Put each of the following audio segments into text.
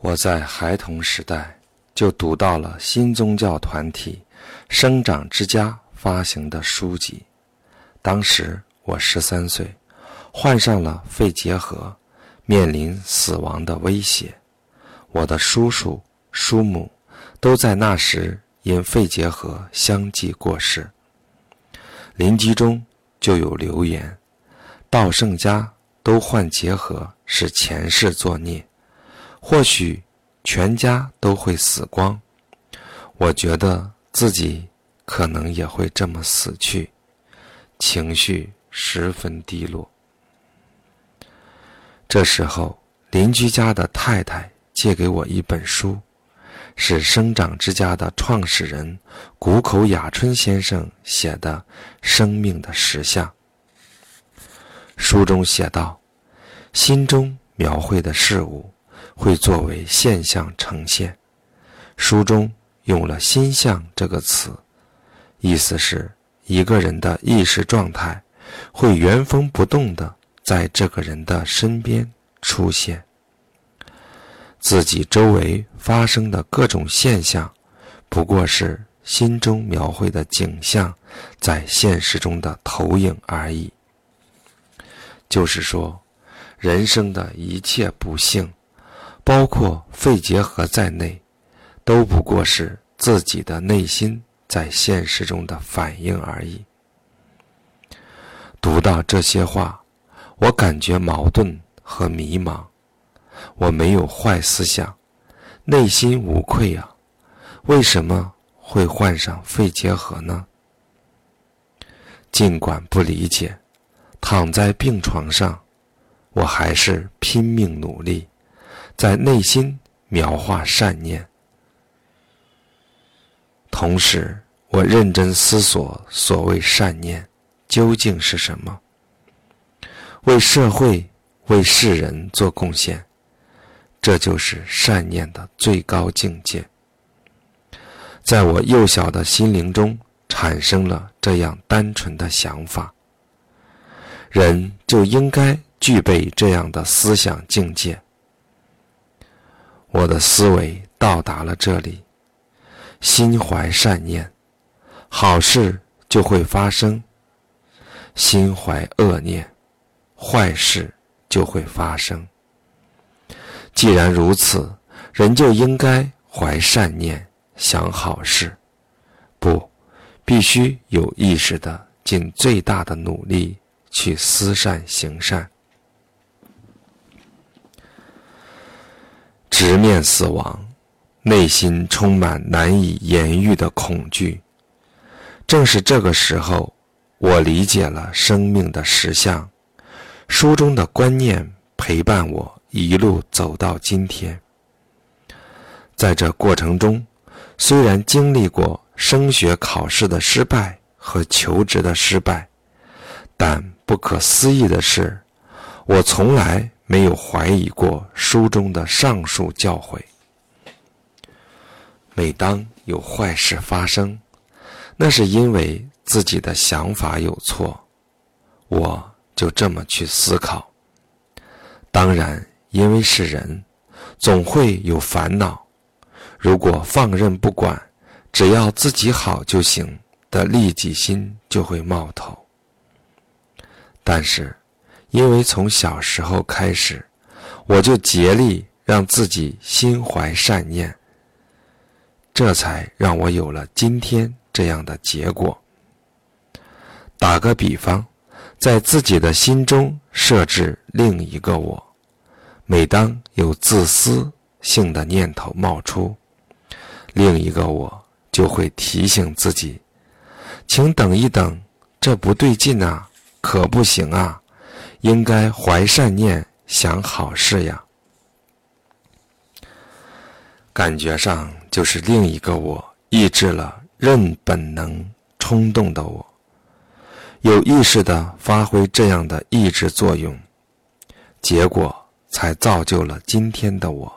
我在孩童时代就读到了新宗教团体生长之家发行的书籍。当时我13岁，患上了肺结核，面临死亡的威胁。我的叔叔、叔母都在那时因肺结核相继过世。邻居中就有流言，道圣家都患结核是前世作孽，或许全家都会死光。我觉得自己可能也会这么死去，情绪十分低落。这时候，邻居家的太太借给我一本书，是生长之家的创始人谷口雅春先生写的《生命的实相》。书中写道，心中描绘的事物会作为现象呈现。书中用了心象这个词，意思是一个人的意识状态会原封不动地在这个人的身边出现。自己周围发生的各种现象，不过是心中描绘的景象在现实中的投影而已。就是说，人生的一切不幸，包括肺结核在内，都不过是自己的内心在现实中的反应而已。读到这些话，我感觉矛盾和迷茫。我没有坏思想，内心无愧啊，为什么会患上肺结核呢？尽管不理解，躺在病床上，我还是拼命努力，在内心描画善念。同时，我认真思索所谓善念究竟是什么。为社会、为世人做贡献，这就是善念的最高境界。在我幼小的心灵中产生了这样单纯的想法，人就应该具备这样的思想境界。我的思维到达了这里，心怀善念，好事就会发生；心怀恶念，坏事就会发生。既然如此，人就应该怀善念，想好事，必须有意识地尽最大的努力去思善行善。直面死亡，内心充满难以言喻的恐惧。正是这个时候，我理解了生命的实相，书中的观念陪伴我一路走到今天。在这过程中，虽然经历过升学考试的失败和求职的失败，但不可思议的是，我从来没有怀疑过书中的上述教诲。每当有坏事发生，那是因为自己的想法有错，我就这么去思考。当然，因为是人，总会有烦恼，如果放任不管，只要自己好就行的利己心就会冒头。但是因为从小时候开始，我就竭力让自己心怀善念，这才让我有了今天这样的结果。打个比方，在自己的心中设置另一个我，每当有自私性的念头冒出，另一个我就会提醒自己，请等一等，这不对劲啊，可不行啊，应该怀善念，想好事呀。感觉上就是另一个我抑制了任本能冲动的我，有意识地发挥这样的抑制作用，结果才造就了今天的我。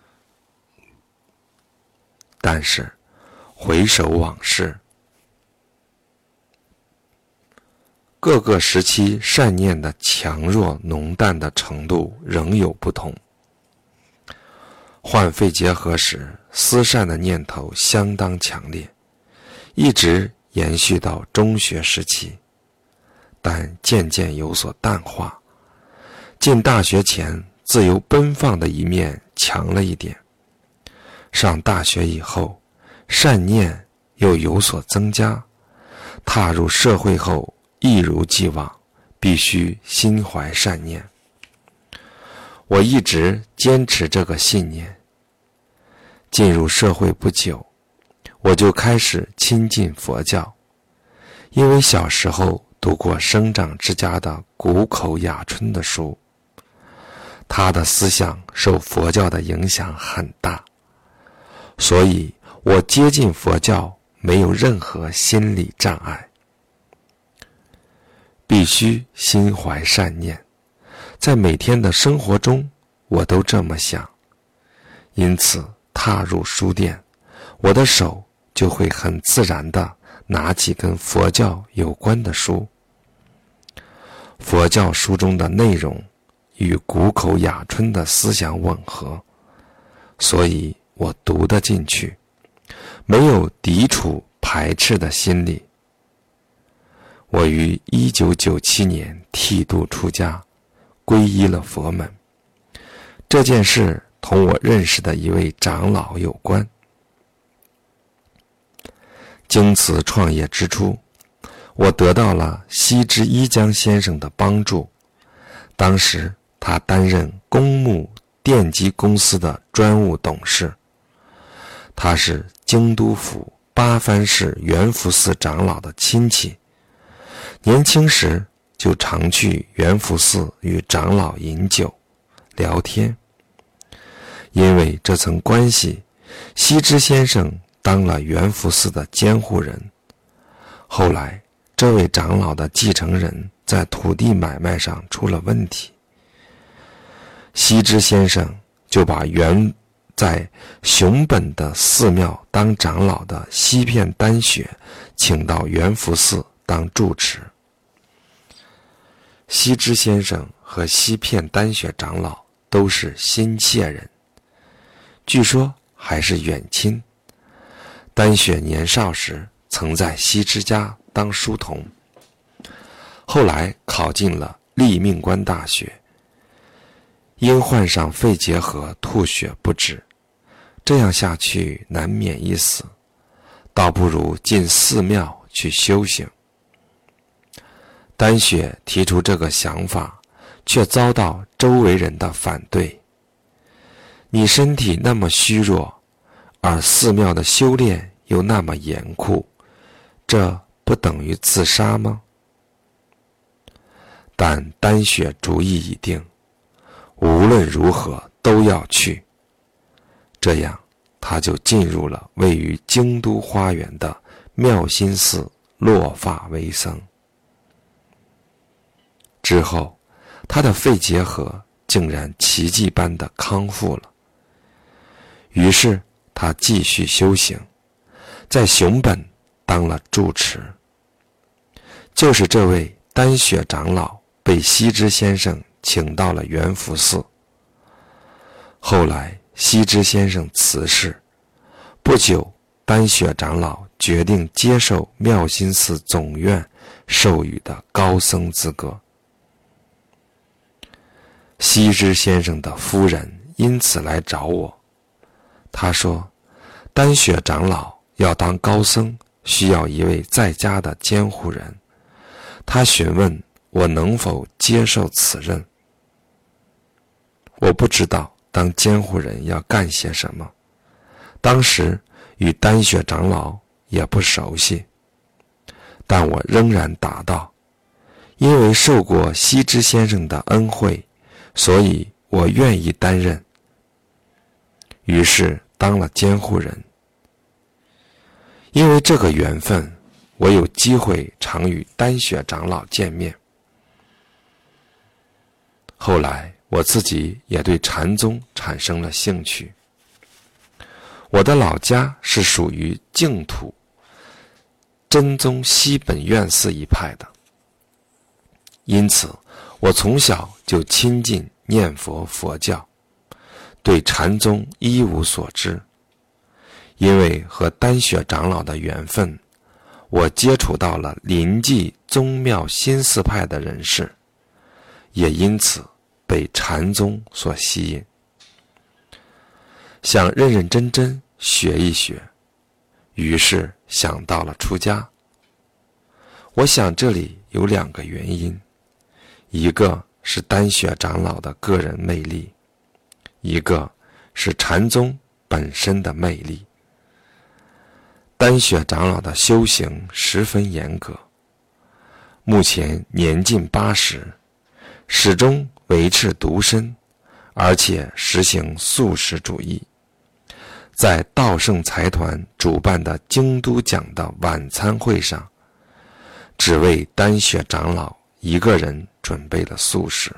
但是回首往事，各个时期善念的强弱浓淡的程度仍有不同。 患肺结核时，思善的念头相当强烈，一直延续到中学时期，但渐渐有所淡化。进大学前，自由奔放的一面强了一点。上大学以后，善念又有所增加。踏入社会后，一如既往，必须心怀善念。我一直坚持这个信念。进入社会不久，我就开始亲近佛教，因为小时候读过生长之家的谷口雅春的书，他的思想受佛教的影响很大，所以我接近佛教没有任何心理障碍。必须心怀善念，在每天的生活中我都这么想，因此踏入书店，我的手就会很自然地拿起跟佛教有关的书。佛教书中的内容与谷口雅春的思想吻合，所以我读得进去，没有抵触排斥的心理。我于1997年剃度出家，皈依了佛门。这件事同我认识的一位长老有关。经此创业之初，我得到了西之一江先生的帮助。当时他担任公募电机公司的专务董事。他是京都府八幡市圆福寺长老的亲戚，年轻时就常去圆福寺与长老饮酒聊天。因为这层关系，西之先生当了圆福寺的监护人。后来这位长老的继承人在土地买卖上出了问题，西之先生就把原在熊本的寺庙当长老的西片丹雪请到圆福寺当住持。西之先生和西片丹雪长老都是新泻人，据说还是远亲。丹雪年少时曾在西之家当书童，后来考进了立命关大学，因患上肺结核吐血不止，这样下去难免一死，倒不如进寺庙去修行。丹雪提出这个想法，却遭到周围人的反对。你身体那么虚弱，而寺庙的修炼又那么严酷，这不等于自杀吗？但丹雪主意已定，无论如何都要去。这样他就进入了位于京都花园的妙心寺落发为僧。之后他的肺结核竟然奇迹般的康复了。于是他继续修行，在熊本当了住持。就是这位丹雪长老被西之先生请到了圆福寺。后来西之先生辞世，不久丹雪长老决定接受妙心寺总院授予的高僧资格。西之先生的夫人因此来找我，他说丹雪长老要当高僧，需要一位在家的监护人，他询问我能否接受此任。我不知道当监护人要干些什么，当时与丹雪长老也不熟悉，但我仍然答道，因为受过西之先生的恩惠，所以我愿意担任。于是当了监护人。因为这个缘分，我有机会常与丹雪长老见面。后来我自己也对禅宗产生了兴趣。我的老家是属于净土真宗西本愿寺一派的，因此我从小就亲近念佛佛教， 对禅宗一无所知。因为和丹雪长老的缘分，我接触到了临济宗庙新寺派的人士，也因此被禅宗所吸引，想认认真真学一学，于是想到了出家。我想这里有2个原因，一个是丹雪长老的个人魅力，一个是禅宗本身的魅力。丹雪长老的修行十分严格，目前年近80，始终维持独身，而且实行素食主义。在道圣财团主办的京都奖的晚餐会上，只为丹雪长老一个人准备了素食。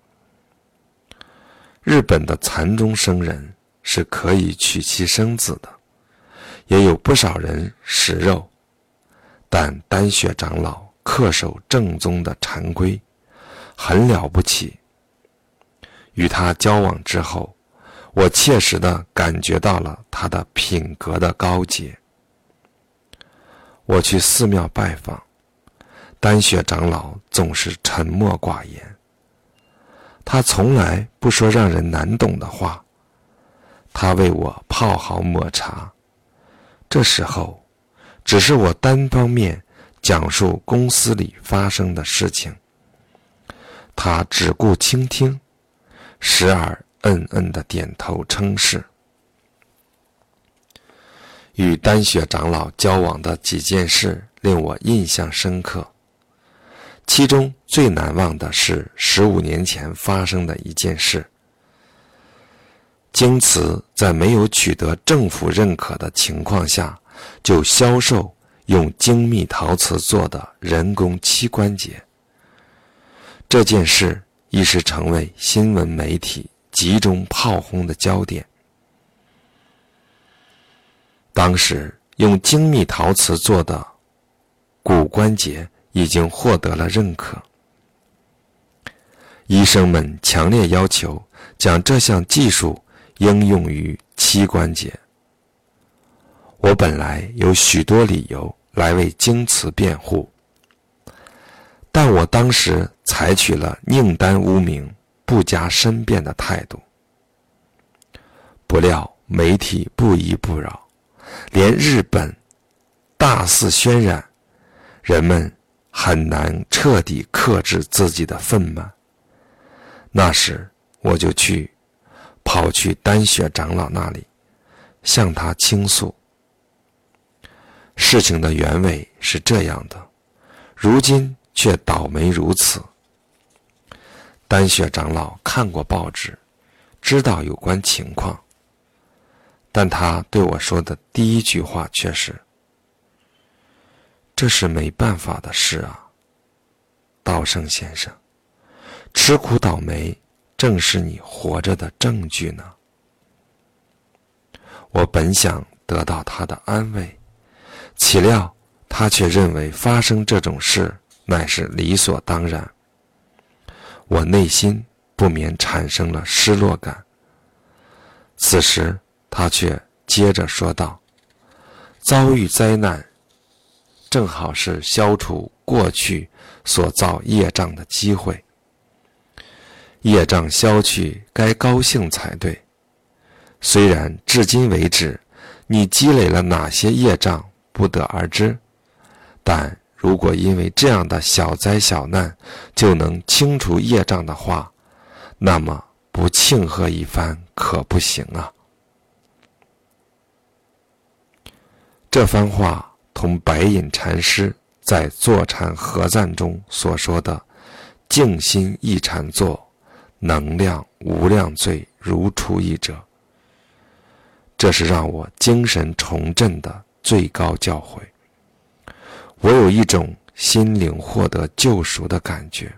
日本的禅宗僧人是可以娶妻生子的，也有不少人食肉，但丹雪长老恪守正宗的禅规，很了不起。与他交往之后，我切实地感觉到了他的品格的高洁。我去寺庙拜访，丹雪长老总是沉默寡言，他从来不说让人难懂的话。他为我泡好抹茶，这时候只是我单方面讲述公司里发生的事情，他只顾倾听，时而地点头称是。与丹雪长老交往的几件事令我印象深刻，其中最难忘的是15年前发生的一件事。京瓷在没有取得政府认可的情况下，就销售用精密陶瓷做的人工膝关节。这件事一时成为新闻媒体集中炮轰的焦点。当时用精密陶瓷做的骨关节已经获得了认可，医生们强烈要求将这项技术应用于膝关节。我本来有许多理由来为京瓷辩护，但我当时采取了宁担无名不加申辩的态度。不料媒体不依不饶，连日本大肆渲染，人们很难彻底克制自己的愤懑。那时我就跑去丹雪长老那里，向他倾诉。事情的原委是这样的，如今却倒霉如此。丹雪长老看过报纸，知道有关情况，但他对我说的第一句话却是：这是没办法的事啊，道圣先生，吃苦倒霉正是你活着的证据呢。我本想得到他的安慰，岂料他却认为发生这种事乃是理所当然。我内心不免产生了失落感。此时他却接着说道：遭遇灾难正好是消除过去所造业障的机会，业障消去该高兴才对。虽然至今为止你积累了哪些业障不得而知，但如果因为这样的小灾小难就能清除业障的话，那么不庆贺一番可不行啊。这番话同白隐禅师在坐禅合赞中所说的静心一禅坐，能量无量罪如出一辙，这是让我精神重振的最高教诲。我有一种心灵获得救赎的感觉。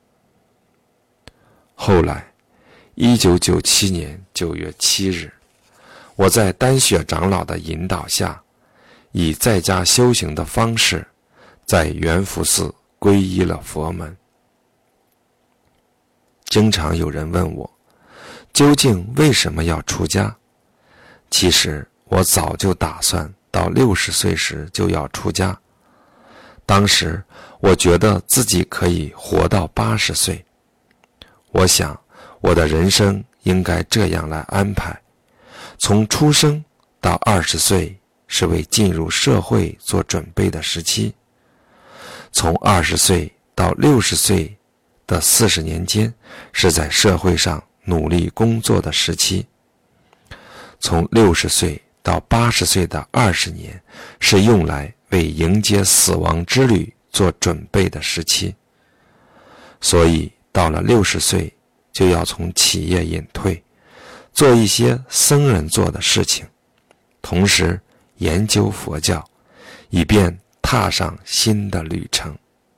后来1997年9月7日，我在丹雪长老的引导下，以在家修行的方式，在圆福寺皈依了佛门。经常有人问我， 究竟为什么要出家？其实我早就打算到60岁时就要出家。当时我觉得自己可以活到80岁。我想我的人生应该这样来安排：从出生到20岁是为进入社会做准备的时期，从20岁到60岁的40年间是在社会上努力工作的时期，从60岁到80岁的20年是用来为迎接死亡之旅做准备的时期。所以到了60岁就要从企业隐退，做一些僧人做的事情，同时研究佛教，以便踏上新的旅程。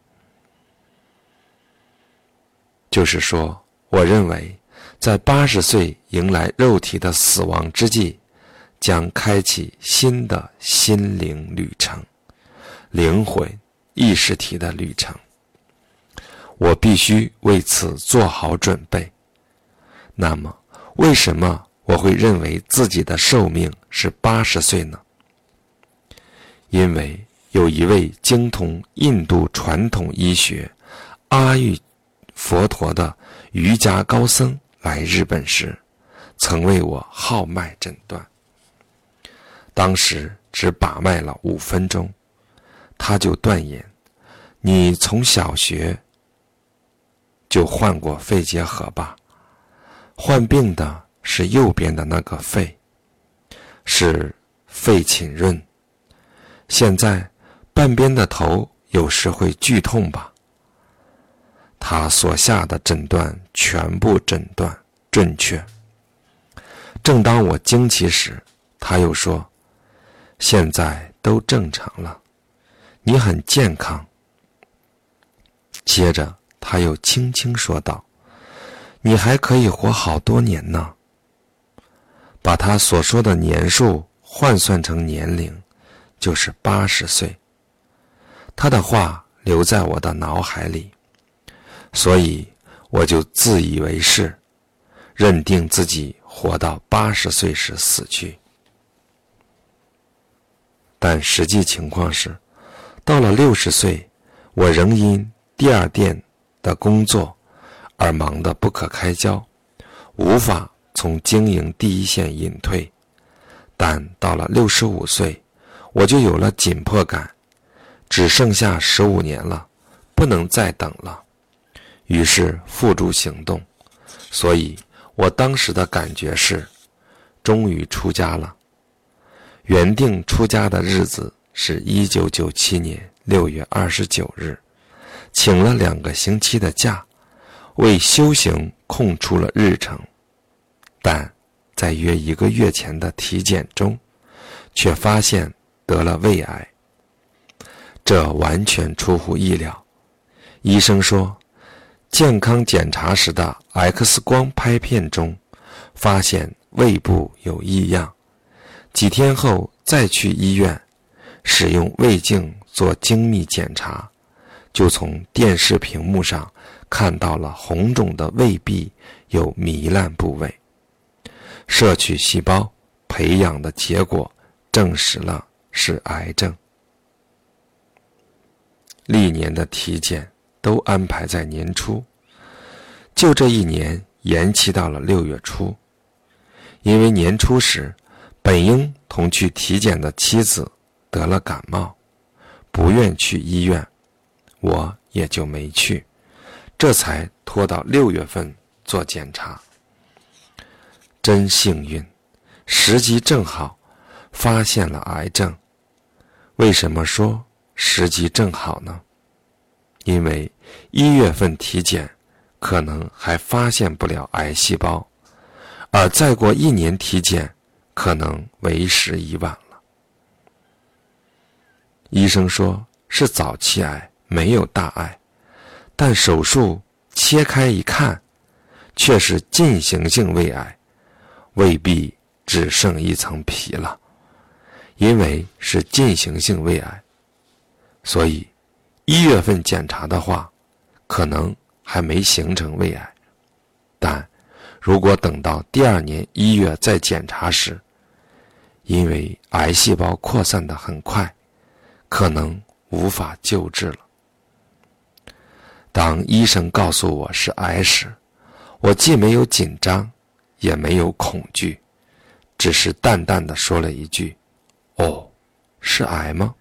就是说，我认为在80岁迎来肉体的死亡之际，将开启新的心灵旅程，灵魂意识体的旅程。我必须为此做好准备。那么，为什么我会认为自己的寿命是80岁呢？因为有一位精通印度传统医学阿育佛陀的瑜伽高僧来日本时，曾为我号脉诊断。当时只把脉了5分钟，他就断言：你从小学就患过肺结核吧？患病的是右边的那个肺，是肺浸润。现在半边的头有时会剧痛吧？他所下的诊断全部诊断准确。正当我惊奇时，他又说：现在都正常了，你很健康。接着他又轻轻说道：你还可以活好多年呢。把他所说的年数换算成年龄，就是80岁。他的话留在我的脑海里，所以我就自以为是，认定自己活到80岁时死去。但实际情况是，到了60岁，我仍因第二店的工作而忙得不可开交，无法从经营第一线隐退。但到了65岁，我就有了紧迫感，只剩下15年了，不能再等了。于是付诸行动。所以我当时的感觉是，终于出家了。原定出家的日子是1997年6月29日，请了2个星期的假，为修行空出了日程。但在约1个月前的体检中，却发现得了胃癌。这完全出乎意料。医生说，健康检查时的 X 光拍片中发现胃部有异样，几天后再去医院使用胃镜做精密检查，就从电视屏幕上看到了红肿的胃壁有糜烂部位，摄取细胞培养的结果证实了是癌症。历年的体检都安排在年初，就这一年延期到了6月初。因为年初时本应同去体检的妻子得了感冒，不愿去医院，我也就没去，这才拖到6月份做检查。真幸运，时机正好，发现了癌症。为什么说时机正好呢？因为1月份体检可能还发现不了癌细胞，而再过1年体检可能为时已晚了。医生说是早期癌，没有大碍，但手术切开一看，却是进行性胃癌，胃壁只剩一层皮了。因为是进行性胃癌，所以1月份检查的话，可能还没形成胃癌。但如果等到第2年1月再检查时，因为癌细胞扩散得很快，可能无法救治了。当医生告诉我是癌时，我既没有紧张，也没有恐惧，只是淡淡地说了一句：“哦，是癌吗？”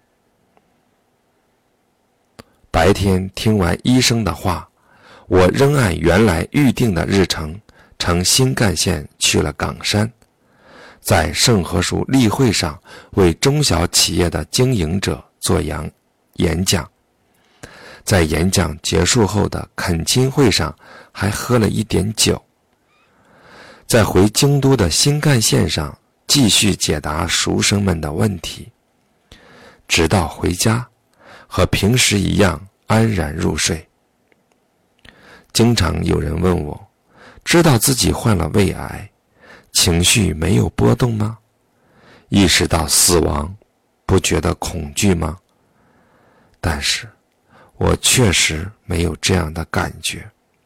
白天听完医生的话，我仍按原来预定的日程，乘新干线去了岗山，在盛和熟例会上为中小企业的经营者做演讲。在演讲结束后的恳亲会上还喝了一点酒。在回京都的新干线上继续解答塾生们的问题，直到回家，和平时一样安然入睡。经常有人问我，知道自己患了胃癌，情绪没有波动吗？意识到死亡，不觉得恐惧吗？但是我确实没有这样的感觉。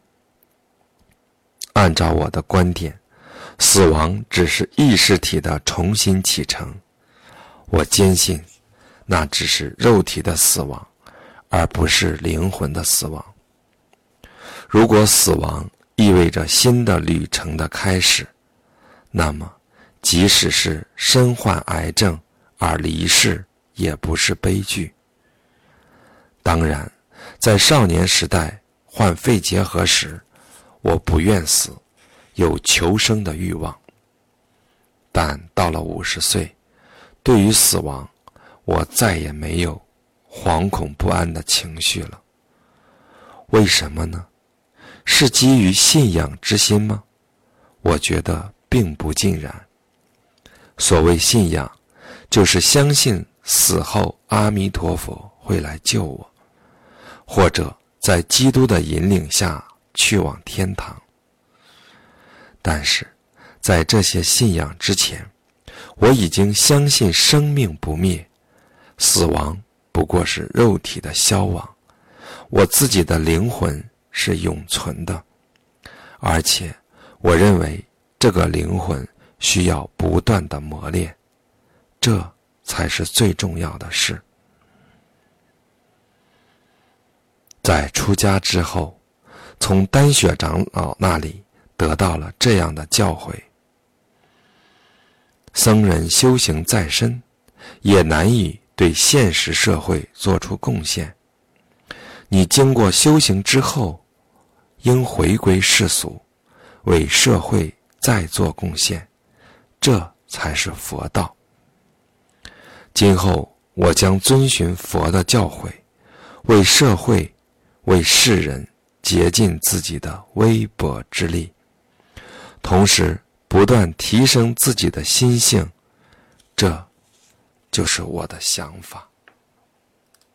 按照我的观点，死亡只是意识体的重新启程。我坚信，那只是肉体的死亡，而不是灵魂的死亡。如果死亡意味着新的旅程的开始，那么即使是身患癌症而离世，也不是悲剧。当然，在少年时代患肺结核时，我不愿死，有求生的欲望。但到了50岁，对于死亡，我再也没有惶恐不安的情绪了。为什么呢？是基于信仰之心吗？我觉得并不尽然。所谓信仰，就是相信死后阿弥陀佛会来救我，或者在基督的引领下去往天堂。但是在这些信仰之前，我已经相信生命不灭，死亡不过是肉体的消亡，我自己的灵魂是永存的，而且我认为这个灵魂需要不断的磨练，这才是最重要的事。在出家之后，从丹雪长老那里得到了这样的教诲：僧人修行再深，也难以对现实社会做出贡献。你经过修行之后，应回归世俗，为社会再做贡献，这才是佛道。今后我将遵循佛的教诲，为社会、为世人竭尽自己的微薄之力，同时不断提升自己的心性，这就是我的想法。